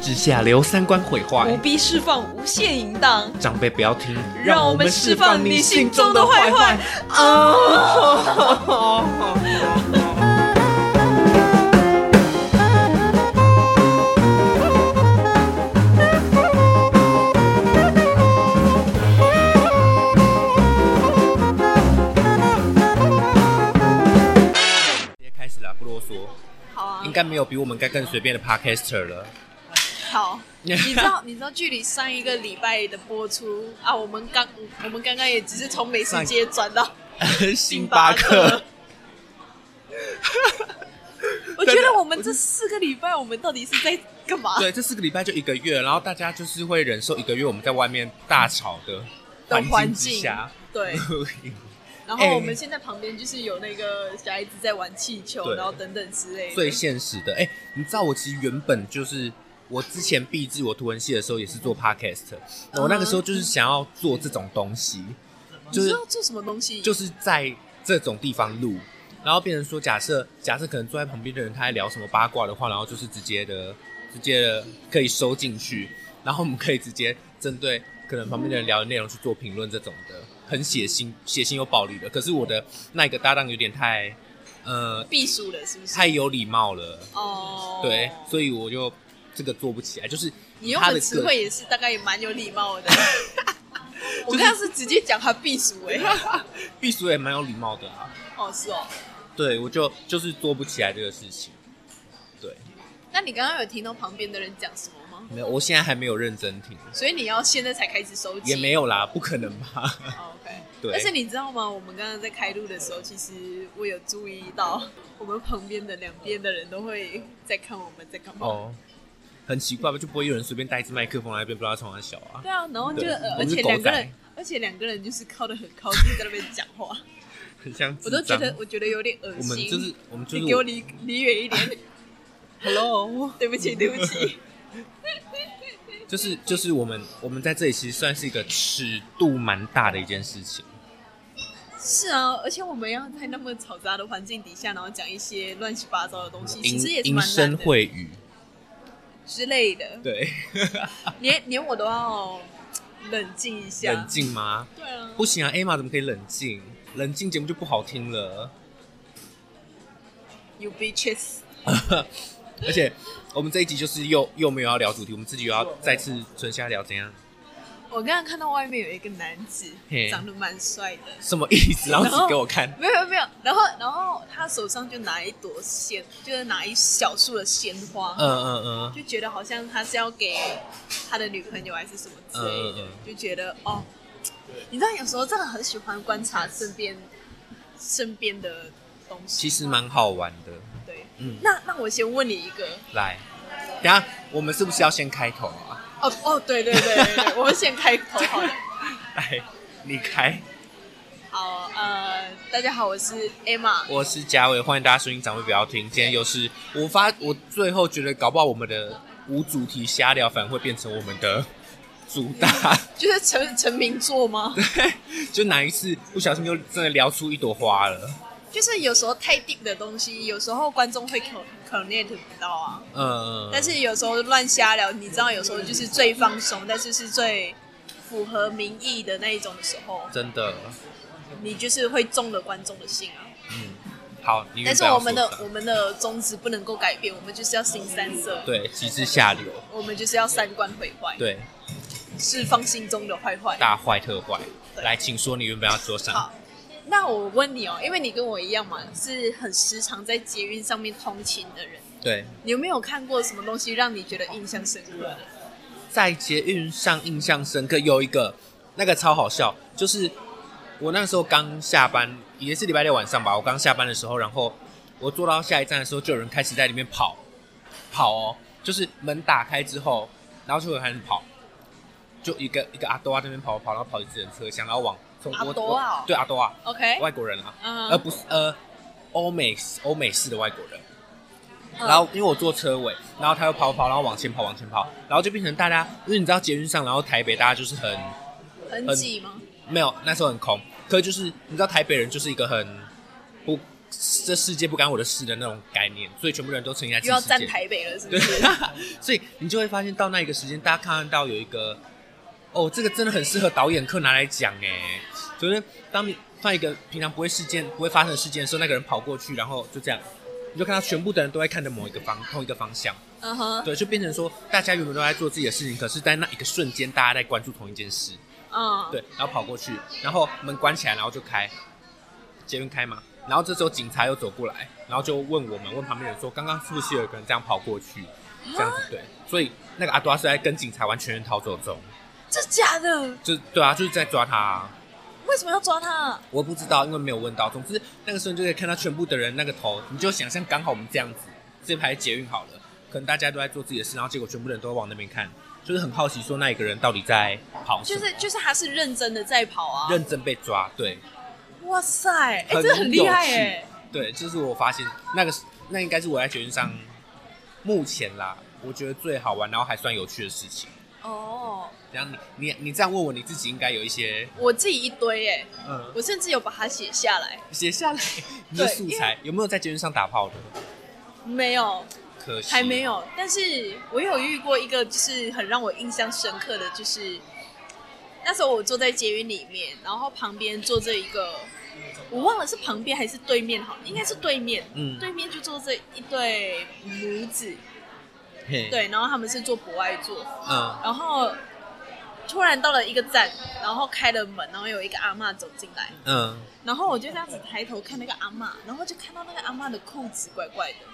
之下流三观毁坏， 不必释放无限淫荡， 长辈不要听， 让我们释放你心中的坏坏开始啦，不啰嗦。 好啊， 应该没有比我们更随便的 podcaster 了。 好，你知道距离上一个礼拜的播出啊，我们刚刚也只是从美食街转到星巴克。 我觉得我们这4个礼拜，我们到底是在干嘛？ 对，这4个礼拜就1个月，然后大家就是会忍受1个月我们在外面大吵的环境之下， 对。然后我们现在旁边就是有那个小孩子在玩气球，然后等等之类的。 最现实的，你知道我其实原本就是我之前毕制我图文系的时候也是做 podcast，我那个时候就是想要做这种东西，就是要做什么东西？ 就是在这种地方录，然后变成说假设可能坐在旁边的人他在聊什么八卦的话，然后就是直接的可以收进去，然后我们可以直接针对可能旁边的人聊的内容去做评论，这种的很血腥又暴力的。可是我的那个搭档有点太避暑了，是不是？ 太有礼貌了哦， 对，所以我就这个做不起来。就是你用的词汇也是大概也蛮有礼貌的。我刚刚是直接讲他避暑避暑也蛮有礼貌的啊。 哦，是哦。 对，我就是做不起来这个事情。对。 那你刚刚有听到旁边的人讲什么吗？ 没有，我现在还没有认真听。 所以你要现在才开始收集？ 也没有啦，不可能吧 ？OK。 对。 但是你知道吗？我们刚刚在开录的时候，其实我有注意到，我们旁边的两边的人都会在看我们在干嘛。 哦。很奇怪吧？就不会有人随便带一支麦克风来那边，不知道从哪小啊？ 对啊，然后就而且两个人就是靠得很靠近，在那边讲话， 很像。 我觉得有点恶心。 我们就是你给我离远一点。 Hello， 对不起。 就是我们在这里其实算是一个尺度蛮大的一件事情。 是啊，而且我们要在那么嘈杂的环境底下，然后讲一些乱七八糟的东西，其实也是蛮难的。 淫声秽语之类的。 对。 连我都要冷静一下。 冷静吗？ 对啊。 不行啊 ，Emma 怎么可以冷静？冷静节目就不好听了。 You bitches。 而且我们这一集就是又没有要聊主题，我们自己又要再次存下聊怎样？ 我刚刚看到外面有一个男子，长得蛮帅的。 什么意思？然后指给我看？ 没有。然后他手上就拿一朵鲜，就是拿一小束的鲜花。就觉得好像他是要给他的女朋友还是什么之类的。就觉得哦，你知道有时候真的很喜欢观察身边的东西， 其实蛮好玩的。 对，那我先问你一个， 来，等一下我们是不是要先开头啊？ 哦，对，我们先开头好了。 来，你开。 好，大家好，我是 Emma， 我是嘉伟，欢迎大家收听长辈不要听。今天又是我最后觉得搞不好我们的无主题瞎聊反而会变成我们的主打， 就是成名作吗？ 对，就哪一次不小心就真的聊出一朵花了。 就是有时候太 deep 的东西，有时候观众会 connect 不到啊。但是有时候乱瞎聊，你知道，有时候就是最放松，但是是最符合民意的那一种的时候，真的， 你就是会中了观众的心啊。 好， 但是我们的宗旨不能够改变，我们就是要新三色， 对，极致下流， 我们就是要三观毁坏， 对， 释放心中的坏坏， 大坏特坏。来，请说你原本要说啥？ 好。那我问你因为你跟我一样嘛，是很时常在捷运上面通勤的人。 对。 你有没有看过什么东西让你觉得印象深刻的？ 在捷运上印象深刻有一个，那个超好笑，就是我那时候刚下班，也是礼拜六晚上吧，我刚下班的时候，然后我坐到下一站的时候，就有人开始在里面跑哦，就是门打开之后，然后就有人开始跑，就一个阿多啊那边跑，然后跑进自己的车厢，然后往。 阿多啊， 对阿多啊 ，OK， 外国人啊，不是欧美式的外国人。然后因为我坐车尾，然后他又跑，然后往前跑，然后就变成大家，因为你知道捷运上，然后台北大家就是很挤吗？ 没有，那时候很空。可是就是你知道台北人就是一个很这世界不干我的事的那种概念，所以全部人都沉浸在自己世界。 又要站台北了，是不是？ 所以你就会发现到那一个时间，大家看到有一个，这个真的很适合导演课拿来讲哎。就是当你放一个平常不会发生的事件的时候，那个人跑过去，然后就这样，你就看到全部的人都在看着同一个方向。对，就变成说大家原本都在做自己的事情，可是在那一个瞬间，大家在关注同一件事。对，然后跑过去，然后门关起来，然后就开，捷运开嘛。然后这时候警察又走过来，然后就问旁边人说，刚刚是不是有一个人这样跑过去？这样子对，所以那个阿多是在跟警察完全逃走中。 这假的？ 对啊，就是在抓他啊。 为什么要抓他？ 我不知道，因为没有问到。总之那个时候你就可以看到全部的人那个头，你就想象刚好我们这样子，这排捷运好了，可能大家都在做自己的事，然后结果全部人都往那边看，就是很好奇说那一个人到底在跑什么。 就是他是认真的在跑啊， 认真被抓，对。 哇塞，这很厉害哎！ 对，就是我发现那应该是我在捷运上目前啦，我觉得最好玩，然后还算有趣的事情。然后你这样问我，你自己应该有一些， 我自己一堆哎，我甚至有把它写下来。 你的素材有没有在捷运上打炮的？ 没有， 可惜还没有。但是我有遇过一个，就是很让我印象深刻的，就是那时候我坐在捷运里面，然后旁边坐着一个，我忘了是旁边还是对面，好，应该是对面。对面就坐着一对母子，对，然后他们是坐博爱座，然后突然到了一个站，然后开了门，然后有一个阿嬷走进来，然后我就这样子抬头看那个阿嬷，然后就看到那个阿嬷的裤子怪怪的。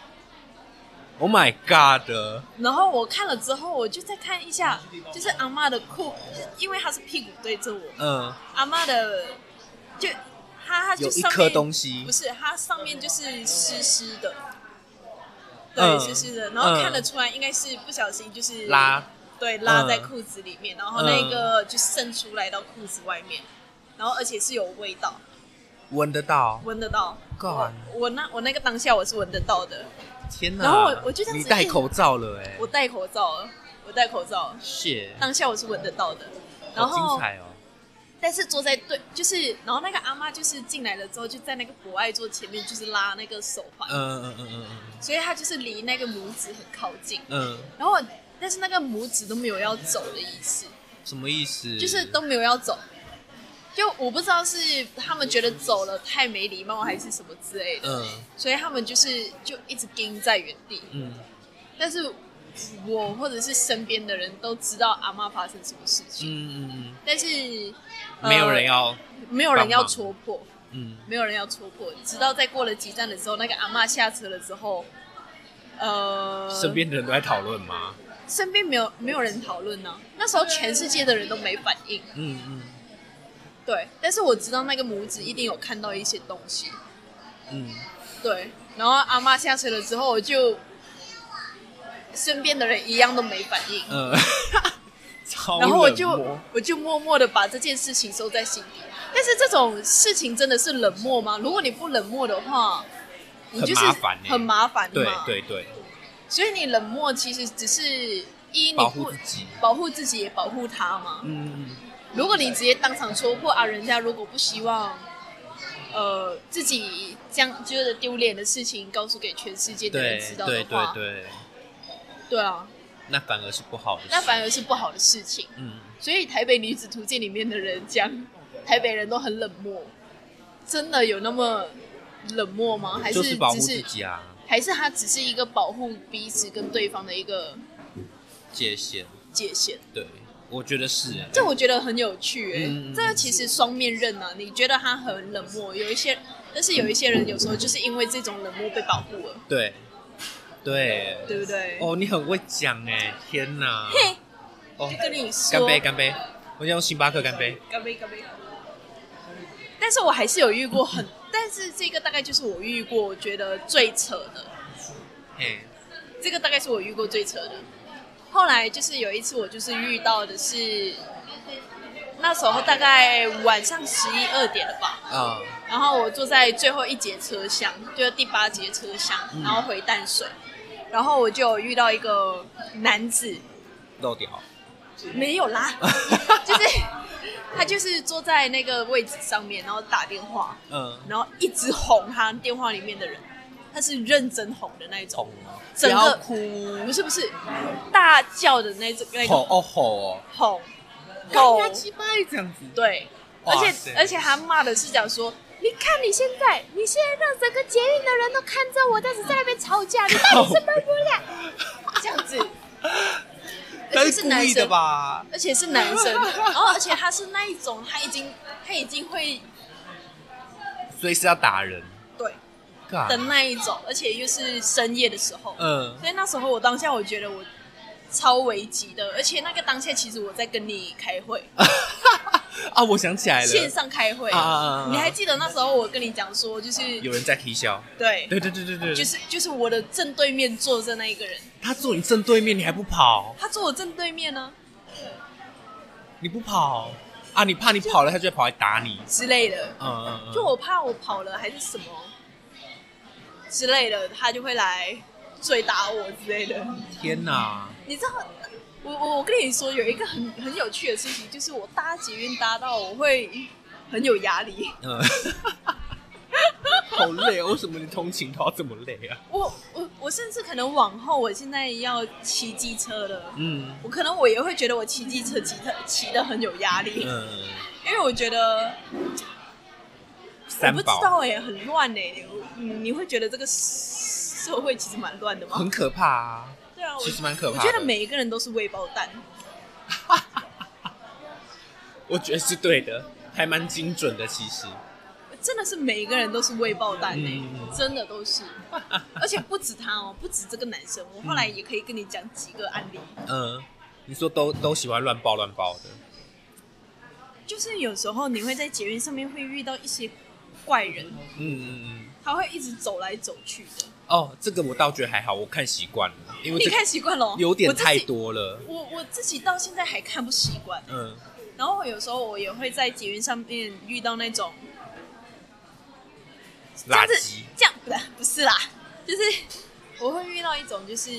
Oh my god！ 然后我看了之后，我就再看一下，就是阿嬷的裤，因为她是屁股对着我，阿嬷的就她就有一颗东西， 不是，它上面就是湿的，对，湿的，然后看得出来应该是不小心就是拉在裤子里面，然后那个就渗出来到裤子外面，然后而且是有味道， 闻得到。 我那个当下我是闻得到的。 天哪！ 然后我就这样子， 你戴口罩了哎！ 我戴口罩了。当下我是闻得到的。然后好精彩哦！ 但是坐在就是然后那个阿嬷就是进来了之后，就在那个博爱座前面，就是拉那个手环。所以他就是离那个拇指很靠近。然后但是那个拇指都没有要走的意思。 什么意思？ 就是都没有要走。就我不知道是他们觉得走了太没礼貌还是什么之类的，所以他们就一直盯在原地。但是我或者是身边的人都知道阿嬷发生什么事情，但是没有人要戳破，没有人要戳破，直到在过了几站的时候，那个阿嬷下车了之后， 身边的人都在讨论吗？ 身边没有人讨论呢，那时候全世界的人都没反应。对，但是我知道那个拇指一定有看到一些东西。对，然后阿嬷下车了之后，我就身边的人一样都没反应。然后我就默默的把这件事情收在心底。但是这种事情真的是冷漠吗？如果你不冷漠的话，你就是很麻烦嘛。 对。 所以你冷漠其实只是你保护自己也保护他嘛。如果你直接当场戳破啊，人家如果不希望，自己将觉得丢脸的事情告诉给全世界的人知道的话，对啊， 那反而是不好的事情。 所以《台北女子图鉴》里面的人讲台北人都很冷漠，真的有那么冷漠吗？还是就是保护自己啊？ 还是它只是一个保护彼此跟对方的一个界限？对。我觉得是这我觉得很有趣这个其实双面刃啊。你觉得他很冷漠，但是有一些人有时候就是因为这种冷漠被保护了。对不对？ 你很会讲哎，天哪！ 就跟你说， 干杯！我想用星巴克干杯。 干杯！但是我还是有遇过但是这个大概就是我遇过我觉得最扯的。这个大概是我遇过最扯的。后来就是有一次我就是遇到的是那时候大概晚上11、2点了吧，然后我坐在最后一节车厢，就是第8节车厢，然后回淡水，然后我就有遇到一个男子漏屌， 没有啦，就是他就是坐在那个位置上面，然后打电话，然后一直哄他电话里面的人，他是认真哄的那一种，整个不要哭， 不是大叫的那种哄， 干他鸡掰这样子， 对，而且他骂的是讲说，你看你现在让整个捷运的人都看着我，但是在那边吵架，你到底是闷不了？这样子。 而且是男生吧？ 而且是男生，然后而且他是那一种，他已经会随时要打人， 对的那一种，而且又是深夜的时候，所以那时候我当下我觉得我超危急的，而且那个当下其实我在跟你开会啊，我想起来了， 线上开会你还记得那时候我跟你讲说，就是有人在踢箫， 对，就是我的正对面坐着那一个人， 他坐你正对面，你还不跑？ 他坐我正对面呢， 你不跑啊？你怕你跑了，他就会跑来打你之类的，就我怕我跑了还是什么之类的，他就会来追打我之类的。 天哪！ 你知道？我跟你说，有一个很有趣的事情，就是我搭捷运搭到我会很有压力。 好累哦！为什么你通勤都要这么累啊？ 我甚至可能往后，我现在要骑机车了，我也会觉得我骑机车骑得很有压力，因为我觉得我不知道很乱你会觉得这个社会其实蛮乱的吗？ 很可怕啊！ 对啊， 其实蛮可怕的。 我觉得每一个人都是未爆弹。 我觉得是对的，还蛮精准的。其实真的是每一个人都是未爆弹真的都是。而且不止他不止这个男生，我后来也可以跟你讲几个案例。 你说都喜欢乱爆的， 就是有时候你会在捷运上面会遇到一些怪人，他会一直走来走去的。 这个我倒觉得还好，我看习惯了，因为你看习惯了， 有点太多了。 我自己到现在还看不习惯。然后有时候我也会在捷运上面遇到那种垃圾， 这样不是啦，就是我会遇到一种就是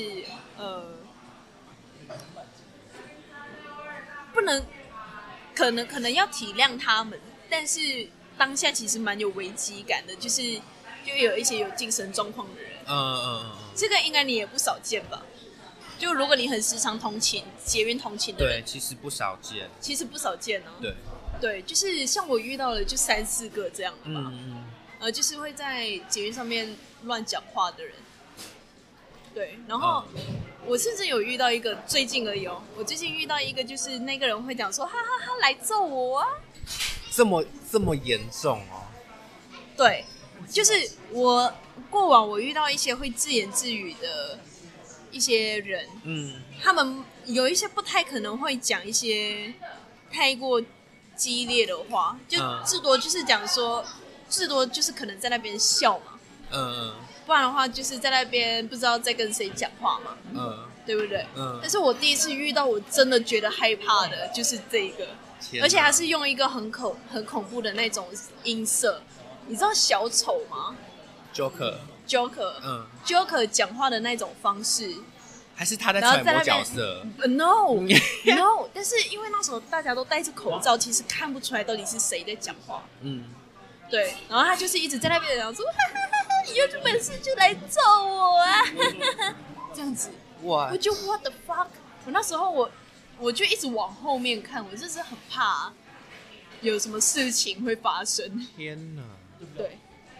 不能，可能要体谅他们，但是当下其实蛮有危机感的，就有一些有精神状况的人。这个应该你也不少见吧？就如果你很时常捷运通勤的人， 对，其实不少见。 对，就是像我遇到了就3-4个这样的吧。就是会在捷运上面乱讲话的人。对，然后我甚至有遇到一个最近而已我最近遇到一个就是那个人会讲说哈哈哈来揍我啊， 这么严重哦？ 对，就是我过往我遇到一些会自言自语的一些人，他们有一些不太可能会讲一些太过激烈的话，就至多就是讲说，至多就是可能在那边笑嘛，不然的话就是在那边不知道在跟谁讲话嘛，对不对？但是我第一次遇到我真的觉得害怕的就是这个，而且还是用一个很恐怖的那种音色，你知道小丑吗？Joker 讲话的那种方式， 还是他在揣摩角色 ？No， 但是因为那时候大家都戴着口罩，其实看不出来到底是谁在讲话。对，然后他就是一直在那边讲说，哈哈哈，你有本事就来揍我啊，这样子。我就 What the fuck？ 我那时候我就一直往后面看，我就是很怕有什么事情会发生。 天哪！ 对。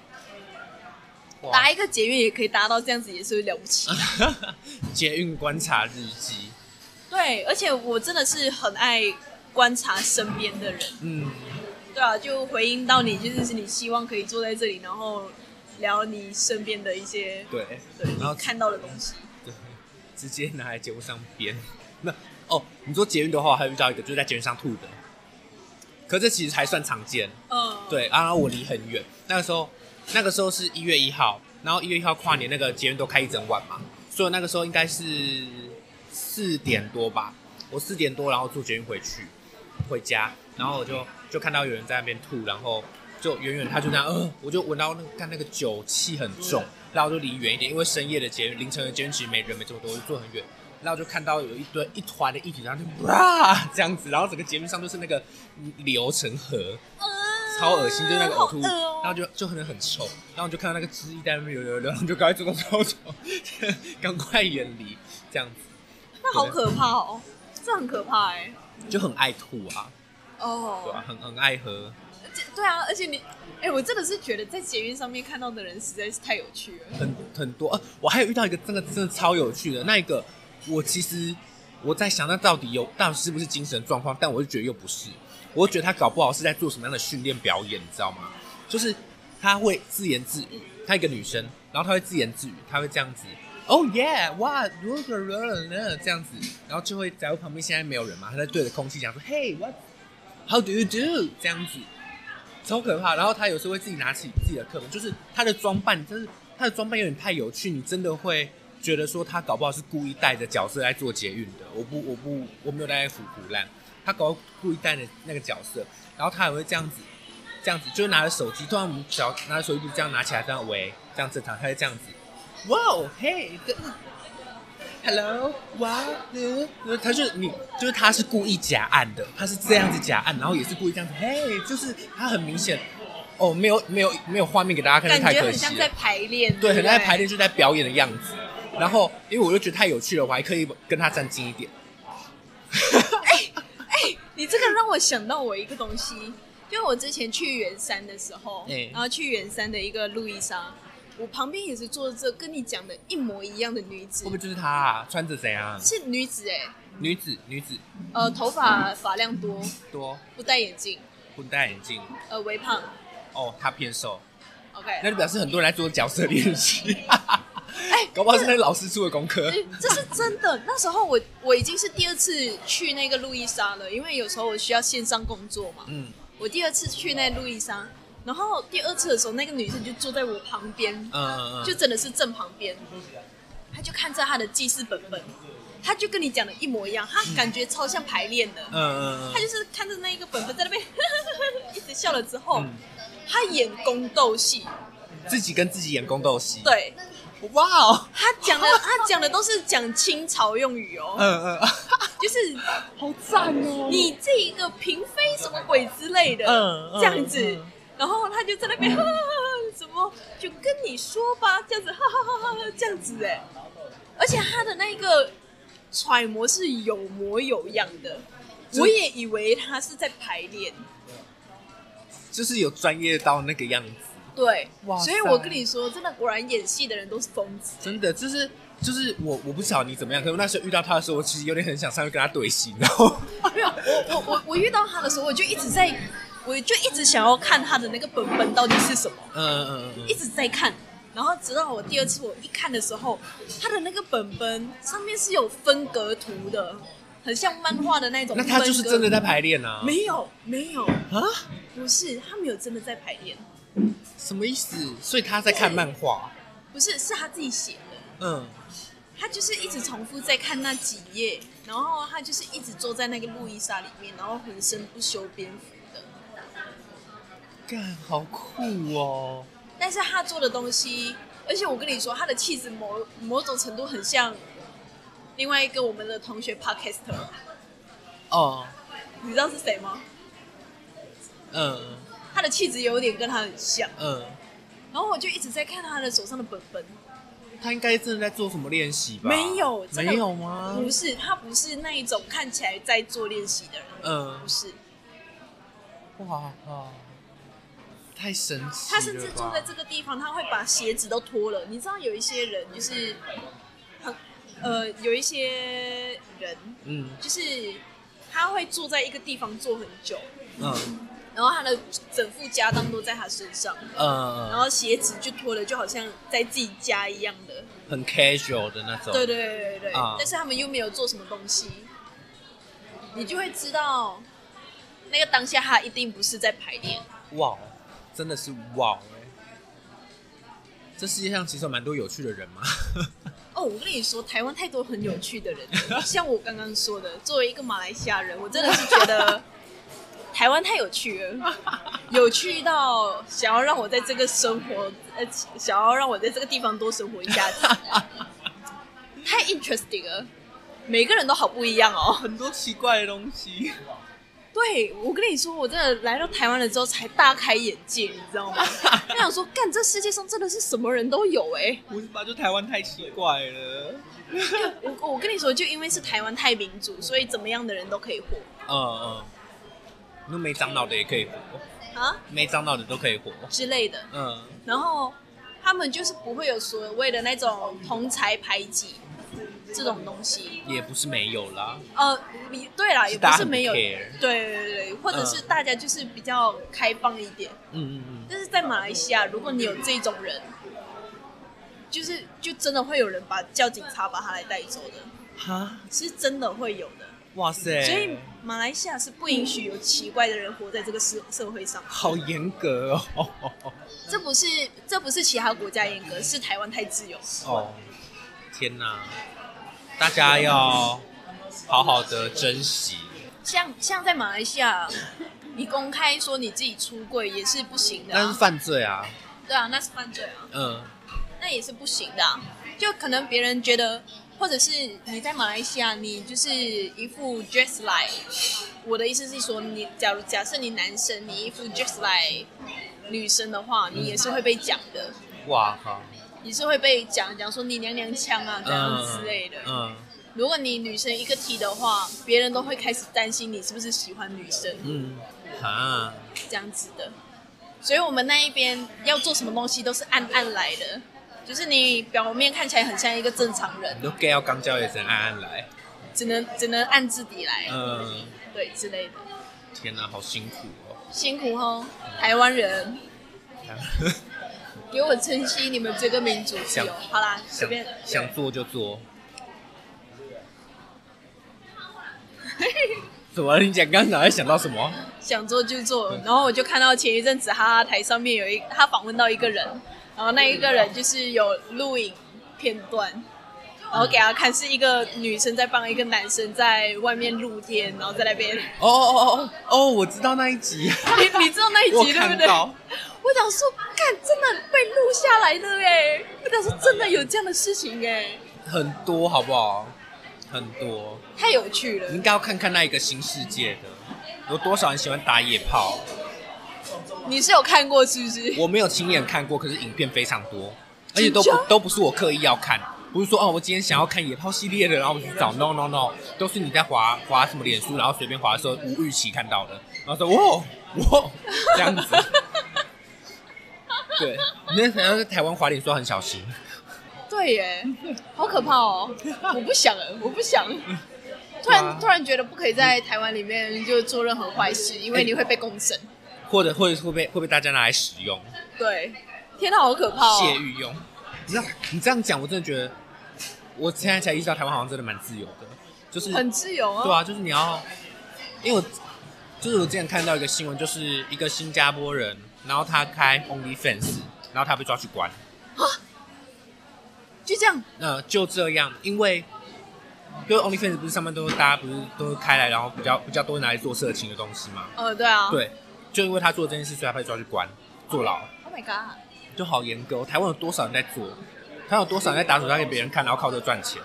搭一个捷运也可以搭到这样子，也是了不起。 捷运观察日记。 对，而且我真的是很爱观察身边的人。对啊，就回应到你，就是你希望可以坐在这里，然后聊你身边的一些对然后看到的东西。对， 直接拿来节目上编。你说捷运的话，还遇到一个就是在捷运上吐的，可这其实还算常见。对，然后我离很远，那个时候是1月1号，然后1月1号跨年那个捷运都开一整晚嘛，所以那个时候应该是4点多吧，我4点多然后坐捷运回家，然后我就看到有人在那边吐，然后就远远他就那样，我就闻到那个酒气很重， 然后就离远一点，因为深夜的捷运、凌晨的捷运其实人没这么多，就坐很远。然后就看到有一团的液体，然后就哇这样子，然后整个捷运上都是那个流成河，超恶心，就是那个呕吐，然后就很臭，然后就看到那个汁液在那边流，然后就赶快走，赶快远离这样子。 那好可怕哦，这很可怕哎， 就很爱吐啊，对啊，很爱喝。 对啊，而且我真的是觉得在捷运上面看到的人实在是太有趣了， 很多。我还有遇到一个真的超有趣的那一个。我在想，那到底是不是精神状况？但我就觉得又不是，我就觉得他搞不好是在做什么样的训练表演，你知道吗？就是他会自言自语，他一个女生，然后他会自言自语，他会这样子 ，Oh yeah， 哇，这样子，然后就会在我旁边，现在没有人嘛，他在对着空气讲说 ，Hey what，How do you do？ 这样子，超可怕。然后他有时候会自己拿起自己的课本，就是他的装扮，就是他的装扮有点太有趣，你真的会。觉得说他搞不好是故意带着角色来做捷运的，我没有带胡烂，他搞故意带着那个角色，然后他也会这样子，就是拿着手机，突然我们拿着手机不是这样拿起来这样喂，这样正常，他会这样子，哇哦，嘿 ，hello， 哇，他就是他是故意假按的，他是这样子假按，然后也是故意这样子，嘿，就是他很明显。没有画面给大家看，太可惜了。感觉很像在排练， 对，很像在排练，就在表演的样子。然后，因为我就觉得太有趣了，我还可以跟他站近一点。 你这个让我想到我一个东西，就我之前去圆山的时候，然后去圆山的一个路易莎，我旁边也是坐着跟你讲的一模一样的女子。 会不会就是她啊？穿着怎样？ 是女子女子。 头发量多，不戴眼镜，微胖。 她偏瘦。 OK， 那就表示很多人在做角色练习。搞不好是那个老师出的功课。 这是真的。那时候我已经是第二次去那个路易莎了，因为有时候我需要线上工作嘛。我第二次去那路易莎，然后第二次的时候，那个女生就坐在我旁边，就真的是正旁边，她就看着她的记事本本，她就跟你讲的一模一样，她感觉超像排练的。她就是看着那一个本本在那边一直笑了之后，她演宫斗戏， 自己跟自己演宫斗戏。 对。 哇哦！ 他讲的都是讲清朝用语哦，就是好赞哦！ 你这一个嫔妃什么鬼之类的，这样子，然后他就在那边什么就跟你说吧，这样子，这样子哎，而且他的那个揣摩是有模有样的，我也以为他是在排练， 就是有专业到那个样子。 对，所以我跟你说，真的，果然演戏的人都是疯子。 真的，就是我不晓得你怎么样，可是我那时候遇到他的时候，我其实有点很想上去跟他对戏，然后没有，我遇到他的时候，我就一直想要看他的那个本本到底是什么，一直在看，然后直到我第二次我一看的时候，他的那个本本上面是有分格图的，很像漫画的那种。 那他就是真的在排练啊？ 没有啊，不是，他没有真的在排练。 什么意思？所以他在看漫画？ 不是，是他自己写的。他就是一直重复在看那几页，然后他就是一直坐在那个路易莎里面，然后浑身不修边幅的。 干，好酷哦！ 但是他做的东西，而且我跟你说，他的气质某种程度很像另外一个我们的同学 Podcaster。你知道是谁吗？他的气质有点跟他很像，然后我就一直在看他的手上的本本。 他应该真的在做什么练习吧？ 没有， 没有吗？ 不是，他不是那一种看起来在做练习的人，不是。 哇，太神奇了吧！ 他甚至坐在这个地方，他会把鞋子都脱了。你知道有一些人就是有一些人，就是他会坐在一个地方坐很久，然后他的整副家当都在他身上，然后鞋子就脱了，就好像在自己家一样的， 很 casual 的那种。 对，但是他们又没有做什么东西，你就会知道那个当下他一定不是在排练。 哇，真的是哇！这世界上其实有蛮多有趣的人嘛。 我跟你说，台湾太多很有趣的人了，像我刚刚说的，作为一个马来西亚人，我真的是觉得台湾太有趣了，有趣到想要让我在这个生活，想要让我在这个地方多生活一下子，太 interesting 了。每个人都好不一样哦， 很多奇怪的东西。 对，我跟你说，我真的来到台湾了之后才大开眼界，你知道吗？我想说，干，这世界上真的是什么人都有不是吧？就台湾太奇怪了。 我跟你说，就因为是台湾太民主，所以怎么样的人都可以活。 那没长脑的也可以活啊， 没长脑的都可以活之类的。然后他们就是不会有所谓的那种同侪排挤这种东西， 也不是没有啦。 对啦，也不是没有。对，或者是大家就是比较开放一点。但是在马来西亚，如果你有这种人，就真的会有人叫警察把他来带走的。 哈， 是真的会有的。 哇塞！ 所以马来西亚是不允许有奇怪的人活在这个社会上。 好严格哦。 这不是其他国家严格，是台湾太自由。 天哪！大家要好好的珍惜。 像在马来西亚，你公开说你自己出柜也是不行的。 那是犯罪啊。 对啊，那是犯罪啊。那也是不行的啊。就可能别人觉得，或者是你在马来西亚，你就是一副 dress like， 我的意思是说，你假设你男生，你一副 dress like 女生的话，你也是会被讲的。 哇靠！ 你是会被讲说你娘娘腔啊，这样之类的。如果你女生一个 T 的话，别人都会开始担心你是不是喜欢女生。这样子的。所以我们那一边要做什么东西都是暗暗来的。就是你表面看起来很像一个正常人， 都 gay 要刚交也只能暗暗来， 只能暗自底来，对之类的。 天哪，好辛苦哦！ 辛苦哦，台湾人，给我珍惜你们这个民主自由。好啦，随便想做就做。怎么？你讲刚才想到什么？ 想做就做，然后我就看到前一阵子哈台上面他访问到一个人。然后那一个人就是有录影片段，然后给他看是一个女生在帮一个男生在外面露天，然后在那边。 我知道那一集。 你知道那一集对不对？我想说，看真的被录下来的哎，我想说真的有这样的事情哎。 很多好不好？很多。 太有趣了。 你应该要看看那一个新世界的，有多少人喜欢打野炮。 你是有看过是不是？ 我没有亲眼看过，可是影片非常多，而且都不是我刻意要看，不是说我今天想要看野炮系列的，然后我去找 no， 都是你在滑什么脸书，然后随便滑的时候无预期看到的，然后说哇这样子。对，你那在台湾滑脸书很小心。 对耶，好可怕哦！我不想。突然觉得不可以在台湾里面就做任何坏事，因为你会被公审。或者会被大家拿来使用？ 对，天哪，好可怕哦！ 泄欲用，你这样讲，我真的觉得，我现在才意识到台湾好像真的蛮自由的，就是很自由啊。 对啊，就是你要，因为我之前看到一个新闻，就是一个新加坡人，然后他开 OnlyFans， 然后他被抓去关。 就这样？ 就这样，因为就是 OnlyFans 不是上面大家不是都开来，然后比较多拿来做色情的东西吗？ 对啊。 对。就因为他做这件事，所以他被抓去关坐牢。 Oh my god！ 就好严格。台湾有多少人在做？台湾有多少人在打手枪给别人看，然后靠这赚钱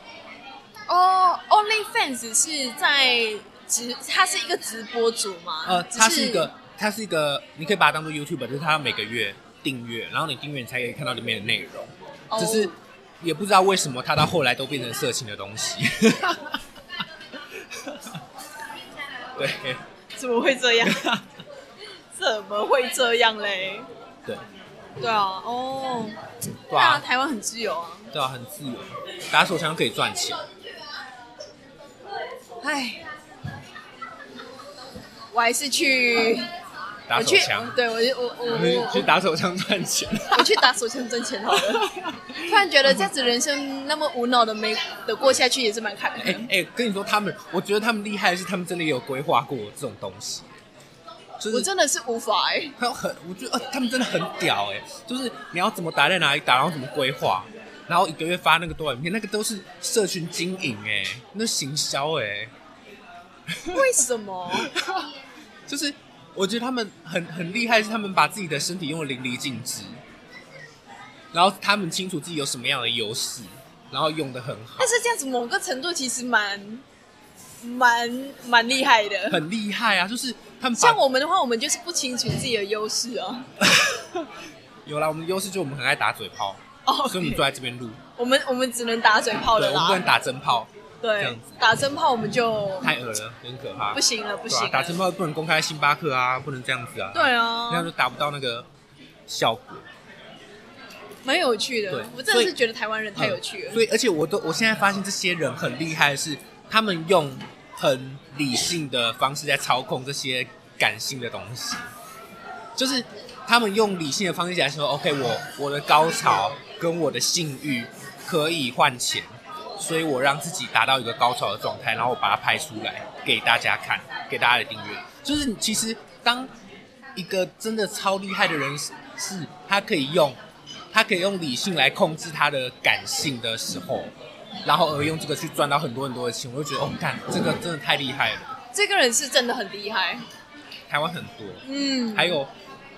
？OnlyFans 是他是一个直播主吗？ 他是一个，你可以把它当做 YouTuber， 就是他要每个月订阅，然后你订阅你才可以看到里面的内容。只是也不知道为什么他到后来都变成色情的东西。对。 怎么会这样？怎么会这样嘞？对啊，对啊，台湾很自由啊。 对啊，很自由，打手枪可以赚钱。 我还是去打手枪。 对，我去打手枪赚钱。 我去打手枪挣钱好了。突然觉得这样子人生那么无脑的过下去也是蛮开心的。 跟你说我觉得他们厉害的是他们真的有规划过这种东西。就是、 我真的是无法我觉得他们真的很屌就是你要怎么打在哪里打，然后怎么规划，然后一个月发那个多少影片，那个都是社群经营那行销为什么？ 就是我觉得他们很厉害，是他们把自己的身体用得淋漓尽致，然后他们清楚自己有什么样的优势，然后用得很好。 但是这样子某个程度其实蛮厉害的， 很厉害啊！就是他们像我们的话，我们就是不清楚自己的优势啊。 有啦，我们的优势就是我们很爱打嘴炮，所以我们坐在这边录。 我们只能打嘴炮的啦， 我们不能打真炮。 对， 这样子打真炮我们就太恶了，很可怕。 不行了，不行了。 打真炮不能公开星巴克啊，不能这样子啊。 对啊， 那样就达不到那个效果。 蛮有趣的，我真的是觉得台湾人太有趣了。 所以，而且我现在发现这些人很厉害的是，他们用很理性的方式在操控这些感性的东西，就是他们用理性的方式来说 ，OK， 我的高潮跟我的性欲可以换钱，所以我让自己达到一个高潮的状态，然后我把它拍出来给大家看，给大家的订阅。就是其实当一个真的超厉害的人是他可以用理性来控制他的感性的时候，然后而用这个去赚到很多很多的钱，我就觉得干这个真的太厉害了。 这个人是真的很厉害， 台湾很多，还有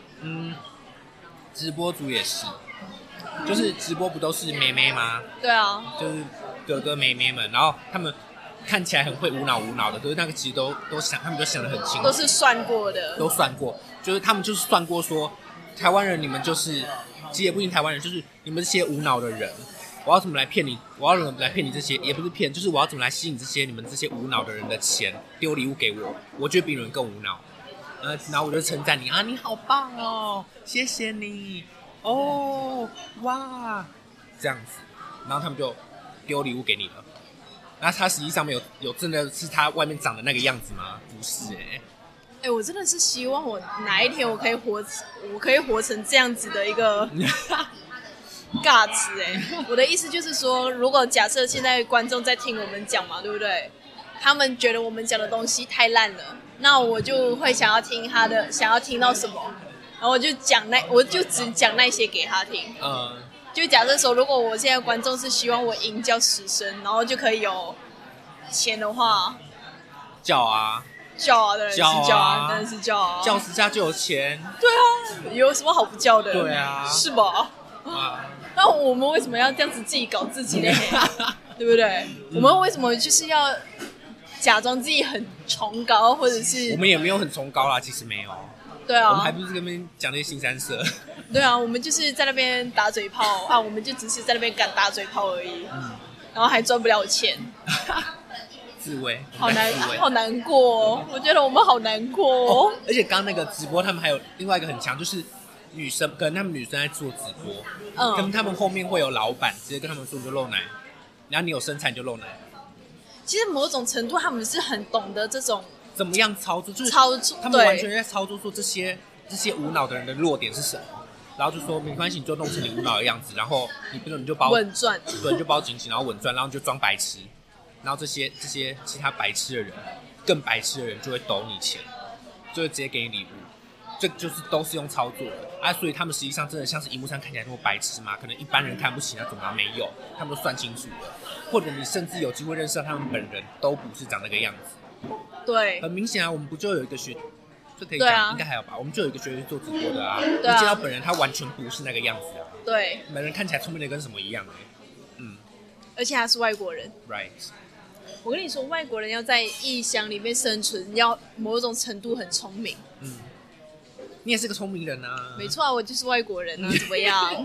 直播主也是，就是直播不都是妹妹吗？ 对啊， 就是哥哥妹妹们，然后他们看起来很会无脑的，可是那个其实都想，他们都想得很清楚， 都是算过的， 都算过，就是他们就是算过说，台湾人你们就是，其实也不一定台湾人，就是你们这些无脑的人，我要怎么来骗你？我要怎么来骗你这些？也不是骗，就是我要怎么来吸引你们这些无脑的人的钱，丢礼物给我，我觉得比你们更无脑。然后我就称赞你啊，你好棒哦，谢谢你哦，哇，这样子，然后他们就丢礼物给你了。那他实际上面有真的是他外面长的那个样子吗？不是我真的是希望我哪一天我可以活成这样子的一个尬词我的意思就是说，如果假设现在观众在听我们讲嘛，对不对？他们觉得我们讲的东西太烂了，那我就会想要听想要听到什么，然后我就只讲那些给他听。就假设说，如果我现在观众是希望我吟叫10声，然后就可以有钱的话， 叫啊， 当然是叫啊，当然是叫啊， 叫10下就有钱。 对啊，有什么好不叫的？ 对啊， 是吧？那我们为什么要这样子自己搞自己呢？对不对？我们为什么就是要假装自己很崇高，或者是我们也没有很崇高啦，其实没有。 对啊， 我们还不是跟那边讲那些新三色。 对啊，我们就是在那边打嘴炮啊，我们就只是在那边敢打嘴炮而已，然后还赚不了钱， 自慰， 好难过哦，我觉得我们好难过哦。 而且刚刚那个直播，他们还有另外一个很强，就是女生，可能他们女生在做直播，跟他们后面会有老板直接跟他们说你就露奶，然后你有身材你就露奶。 其实某种程度他们是很懂得这种怎么样操作，就是他们完全在操作说这些无脑的人的弱点是什么，然后就说没关系，你就弄成你无脑的样子，然后你就包稳赚， 对，你就包紧紧，然后稳赚，然后你就装白痴，然后这些其他白痴的人，更白痴的人就会抖你钱，就会直接给你礼物，这就是都是用操作的啊，所以他们实际上真的像是荧幕上看起来那么白痴嘛？可能一般人看不起那种啊，没有，他们都算清楚了，或者你甚至有机会认识到他们本人都不是长那个样子。 对， 很明显啊，我们不就有一个学，这可以讲，应该还有吧？我们就有一个学员做直播的啊，你见到本人他完全不是那个样子啊， 对， 本人看起来聪明的跟什么一样而且他是外国人 ，right。 我跟你说，外国人要在异乡里面生存，要某种程度很聪明。 你也是个聪明人啊。 没错啊，我就是外国人啊，怎么样？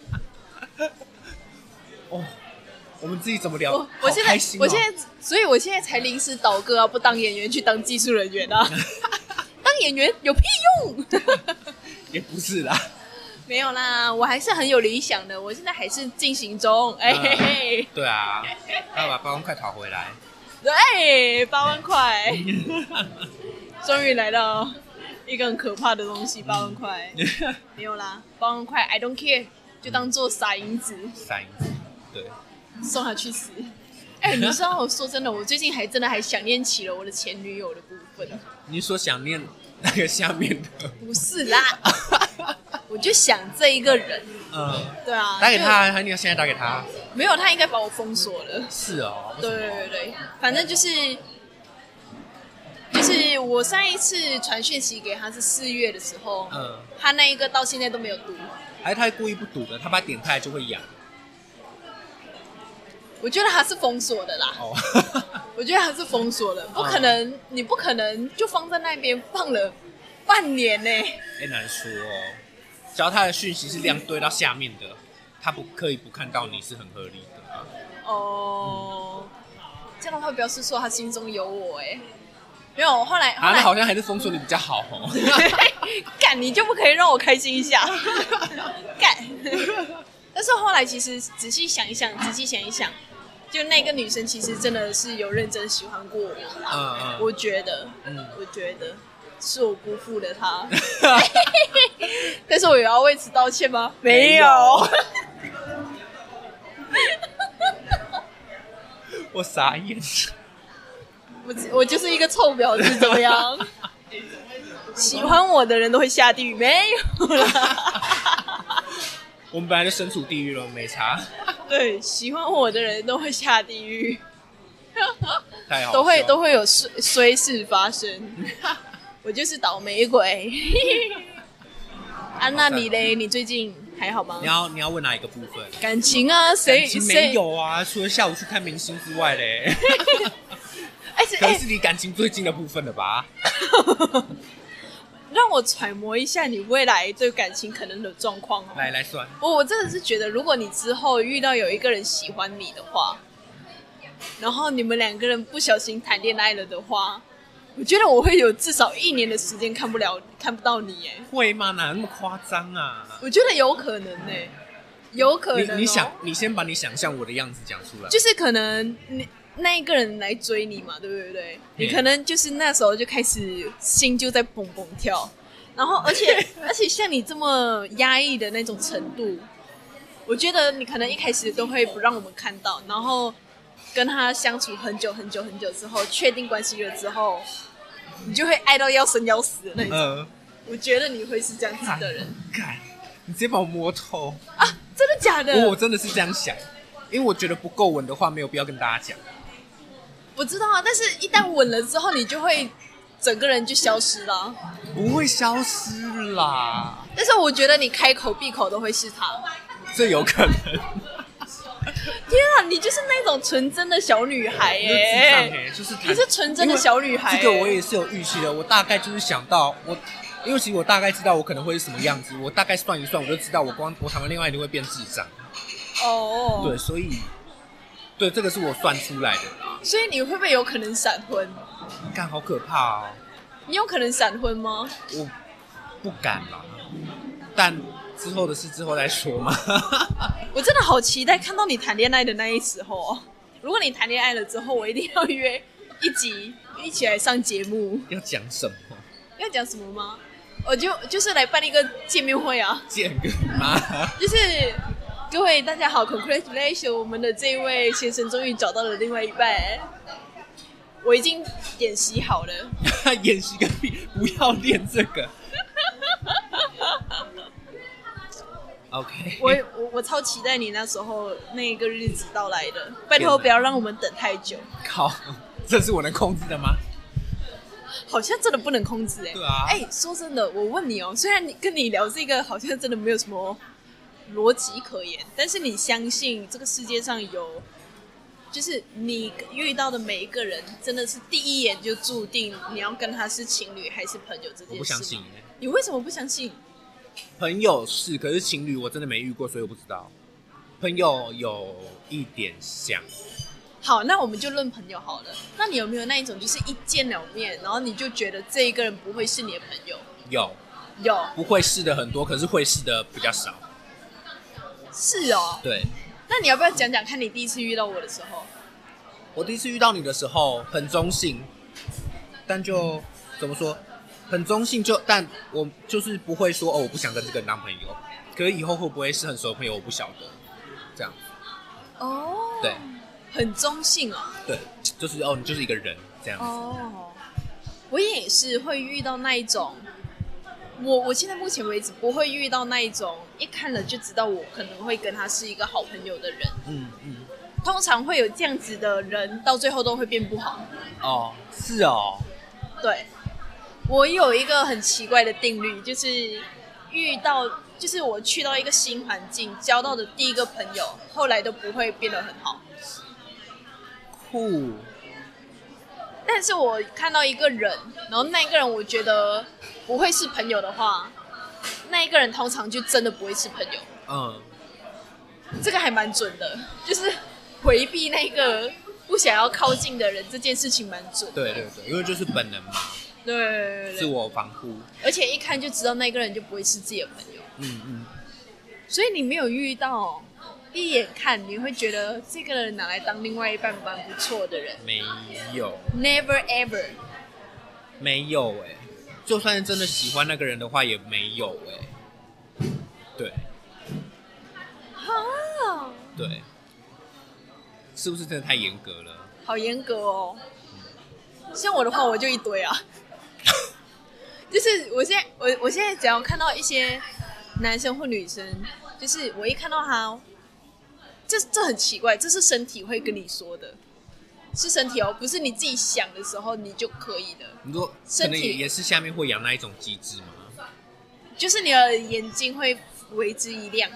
我们自己怎么聊？ 我现在，所以我现在才临时倒戈啊，不当演员去当技术人员啊。当演员有屁用？ 也不是啦。 没有啦，我还是很有理想的，我现在还是进行中。 对啊，要把8万块讨回来。 对，8万块，终于来到一个很可怕的东西，8万块。没有啦，8万块 ，I don't care， 就当做撒银子。 撒银子，对。 送他去死！你知道，我说真的，我最近真的还想念起了我的前女友的部分。 你说想念那个下面的？ 不是啦，我就想这一个人。对啊， 打给他，还是你要现在打给他？ 没有，他应该把我封锁了。 是哦。 对，反正就是实我上一次传讯息给他是4月的时候，他那一个到现在都没有读。 还是他故意不读的，他把它点开就会痒。 我觉得他是封锁的啦。我觉得他是封锁的，不可能，你不可能就放在那边放了半年呢。 难说哦。只要他的讯息是量堆到下面的，他不可以不看到你是很合理的。 这样的话表示说他心中有我没有，后来那好像还是封锁你比较好哦。 干，你就不可以让我开心一下？干。但是后来其实仔细想一想，就那个女生其实真的是有认真喜欢过我。我觉得是我辜负了她。但是我有要为此道歉吗？没有。 我傻眼。 我就是一个臭婊子，怎么样？喜欢我的人都会下地狱，没有啦。 我们本来就身处地狱了，没差。 对，喜欢我的人都会下地狱， 太好笑，都会有衰事发生。我就是倒霉鬼。那你嘞？你最近还好吗？ 你要问哪一个部分？ 感情啊，谁没有啊？除了下午去看明星之外嘞。可能是你感情最近的部分了吧？ 让我揣摩一下你未来对感情可能的状况来算。 我真的是觉得，如果你之后遇到有一个人喜欢你的话，然后你们2个人不小心谈恋爱了的话，我觉得我会有至少1年的时间看不到你。 会吗？哪那么夸张啊？ 我觉得有可能有可能。 你先把你想象我的样子讲出来。 就是可能那一个人来追你嘛，对不对？你可能就是那时候就开始心就在蹦蹦跳，然后而且像你这么压抑的那种程度，我觉得你可能一开始都会不让我们看到，然后跟他相处很久很久很久之后，确定关系了之后，你就会爱到要生要死的那种。我觉得你会是这样子的人。 你直接把我摸透啊！真的假的？ 我真的是这样想，因为我觉得不够稳的话，没有必要跟大家讲。 我知道啊，但是一旦稳了之后，你就会整个人就消失了。 不会消失啦。 但是我觉得你开口闭口都会是他。 这有可能。 天啊，你就是那种纯真的小女孩就是你是纯真的小女孩。 这个我也是有预期的，我大概就是想到因为其实我大概知道我可能会是什么样子，我大概算一算，我就知道我谈完恋爱一定会变智障。对，所以对这个是我算出来的。 所以你会不会有可能闪婚？ 干，好可怕哦！ 你有可能闪婚吗？ 我不敢啦，但之后的事之后再说嘛。 我真的好期待看到你谈恋爱的那一时候。如果你谈恋爱了之后，我一定要约一集一起来上节目。 要讲什么？ 要讲什么吗？我就是来办一个见面会啊！ 见个妈！ 就是各位大家好 ，congratulations， 我们的这一位先生终于找到了另外一半。我已经演习好了。 演习个屁！不要练这个。OK。 我超期待你那时候那一个日子到来的，拜托不要让我们等太久。 靠，这是我能控制的吗？ 好像真的不能控制。 对啊。 说真的，我问你虽然跟你聊这个好像真的没有什么逻辑可言，但是你相信这个世界上有，就是你遇到的每一个人真的是第一眼就注定你要跟他是情侣还是朋友这件事？我不相信。 你为什么不相信？ 朋友是，可是情侣我真的没遇过，所以我不知道。朋友有一点像。 好，那我们就论朋友好了。那你有没有那一种，就是一见了面，然后你就觉得这一个人不会是你的朋友？有， 不会是的很多，可是会是的比较少。 是哦。 对。 那你要不要讲讲看你第一次遇到我的时候？ 我第一次遇到你的时候很中性，但就怎么说，很中性但我就是不会说我不想跟这个人当朋友。可是以后会不会是很熟的朋友，我不晓得。这样。对。 很中性哦。 对，就是你就是一个人这样子。 我也是会遇到那一种，我现在目前为止不会遇到那一种一看了就知道我可能会跟他是一个好朋友的人。通常会有这样子的人，到最后都会变不好。 是哦。 对，我有一个很奇怪的定律，就是就是我去到一个新环境，交到的第一个朋友，后来都不会变得很好。 酷。 但是我看到一个人，然后那一个人我觉得不会是朋友的话，那一个人通常就真的不会是朋友。嗯，这个还蛮准的，就是回避那个不想要靠近的人，这件事情蛮准的。 对对对，因为就是本能嘛。 对， 自我防护， 而且一看就知道那个人就不会是自己的朋友。所以你没有遇到第一眼看你会觉得这个人拿来当另外一半蛮不错的人？ 没有 ，Never ever， 没有就算是真的喜欢那个人的话，也没有对，对，是不是真的太严格了？ 好严格哦。像我的话，我就一堆啊。就是我现在只要看到一些男生或女生，就是我一看到他，这很奇怪，这是身体会跟你说的，是身体哦，不是你自己想的时候你就可以的。 你说可能也是下面会养那一种机制吗？ 就是你的眼睛会为之一亮。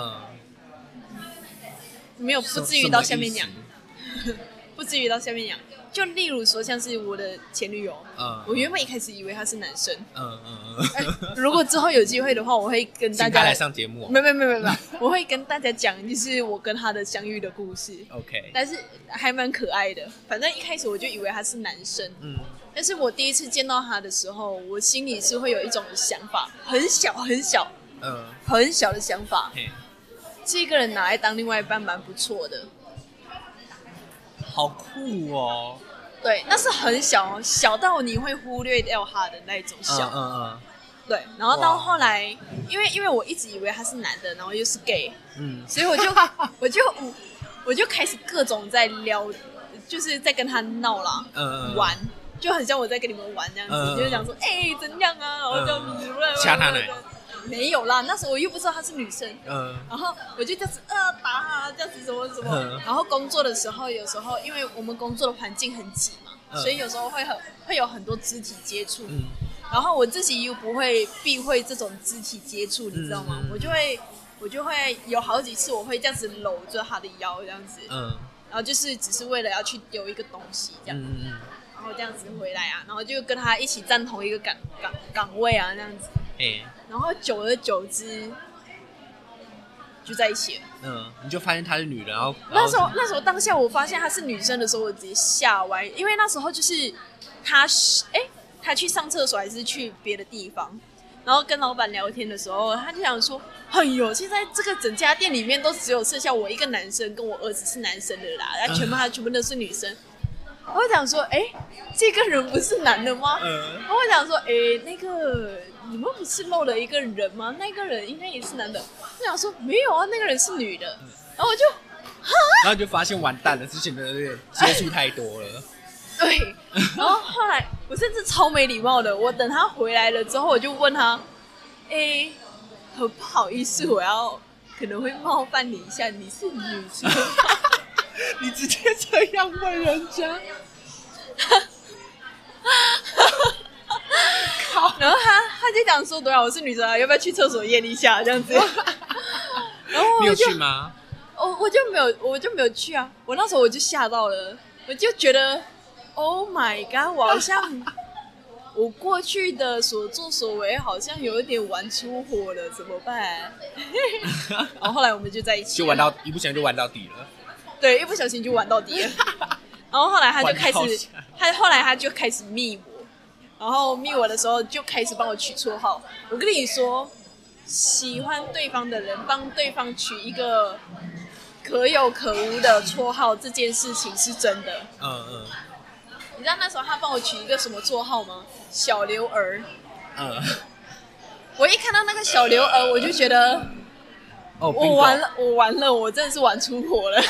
没有，不至于到下面痒，不至于到下面痒。就例如说，像是我的前女友，我原本一开始以为他是男生，如果之后有机会的话，我会跟大家请他来上节目。 没，我会跟大家讲，就是我跟他的相遇的故事。 OK， 但是还蛮可爱的。反正一开始我就以为他是男生，但是我第一次见到他的时候，我心里是会有一种想法，很小很小，很小的想法，这个人拿来当另外一半蛮不错的。 好酷哦！ 对，那是很小，小到你会忽略掉他的那种小。对，然后到后来，因为我一直以为他是男的，然后又是 gay，所以我就开始各种在聊，就是在跟他闹啦，玩，就很像我在跟你们玩这样子，就是讲说，怎样啊，然后叫你掐他奶。 没有啦，那时候我又不知道她是女生，然后我就这样子打她，这样子什么什么，然后工作的时候，有时候因为我们工作的环境很挤嘛，所以有时候会有很多肢体接触，然后我自己又不会避讳这种肢体接触，你知道吗？我就会有好几次我会这样子搂着她的腰这样子，然后就是只是为了要去丢一个东西这样，然后这样子回来啊，然后就跟她一起站同一个岗位啊，这样子。然后久而久之就在一起了。 你就发现她是女人，然后那时候当下我发现她是女生的时候，我直接吓歪，因为那时候就是她去上厕所还是去别的地方，然后跟老板聊天的时候，他就想说：“哎呦，现在这个整家店里面都只有剩下我一个男生，跟我儿子是男生的啦，然后全部都是女生。”我会想说：“这个人不是男的吗？”我会想说：“那个。”你们不是漏了一个人吗？那个人应该也是男的。我想说没有啊，那个人是女的。然后我就， 然后就发现完蛋了，之前的接触太多了。 对，然后后来我甚至超没礼貌的，我等他回来了之后，我就问他，很不好意思，我可能会冒犯你一下，你是女生吗？ 你直接这样问人家。 然后他就讲说：“对啊，我是女生啊，要不要去厕所验一下这样子？”然后你有去吗？ 我就没有去啊。我那时候我就吓到了，我就觉得 ，Oh my god， 我好像我过去的所作所为好像有一点玩出火了，怎么办？然后后来我们就在一起， 就玩到一不小心就玩到底了。 对，一不小心就玩到底了。然后后来他就开始密我。然后密我的时候就开始帮我取绰号。我跟你说，喜欢对方的人帮对方取一个可有可无的绰号，这件事情是真的。你知道那时候他帮我取一个什么绰号吗？小刘儿。我一看到那个小刘儿，我就觉得，我完了，我真的是玩出火了。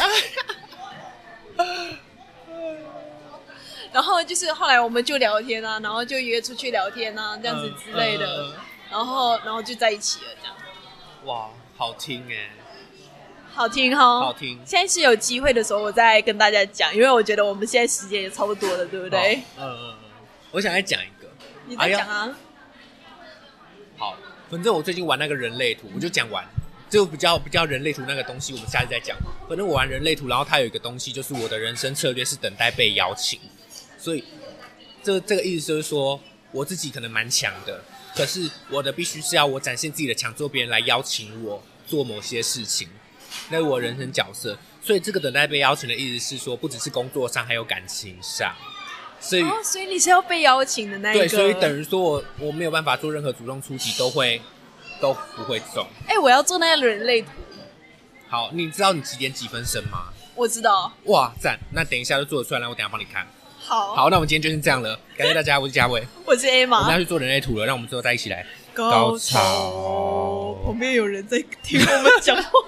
然后就是后来我们就聊天啊，然后就约出去聊天啊，这样子之类的，然后就在一起了这样。 哇，好听好听哈， 好听。 现在是有机会的时候，我再跟大家讲，因为我觉得我们现在时间也差不多了，对不对？ 我想再讲一个， 你再讲啊。 好，反正我最近玩那个人类图，我就讲完。就比较人类图那个东西，我们下次再讲。反正我玩人类图，然后它有一个东西，就是我的人生策略是等待被邀请。所以这个意思就是说，我自己可能蛮强的，可是我的必须是要我展现自己的强，之后别人来邀请我做某些事情，那是我人生角色。所以这个等待被邀请的意思是说，不只是工作上，还有感情上。所以你是要被邀请的那一个。 对，所以等于说我没有办法做任何主动出击，都不会中。 我要做那个人类图。 好，你知道你几点几分生吗？ 我知道。 哇，赞！那等一下就做得出来，我等一下帮你看。 好， 那我们今天就是这样了，感谢大家，我是嘉伟， 我是 Emma， 我们要去做人类图了，让我们之后再一起来高潮。旁边有人在听我们讲话。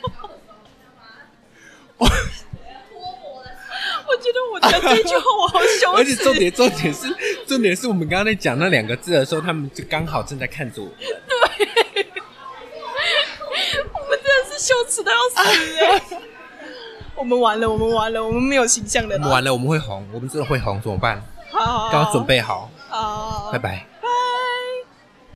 我觉得我讲这句话我好羞耻， 而且重点是我们刚刚在讲那2个字的时候，他们就刚好正在看着我们。 对，我们真的是羞耻到要死我们完了，我们没有形象的了。 我们完了，我们会红，我们真的会红，怎么办？ 好， 刚刚准备好。 好， 拜拜。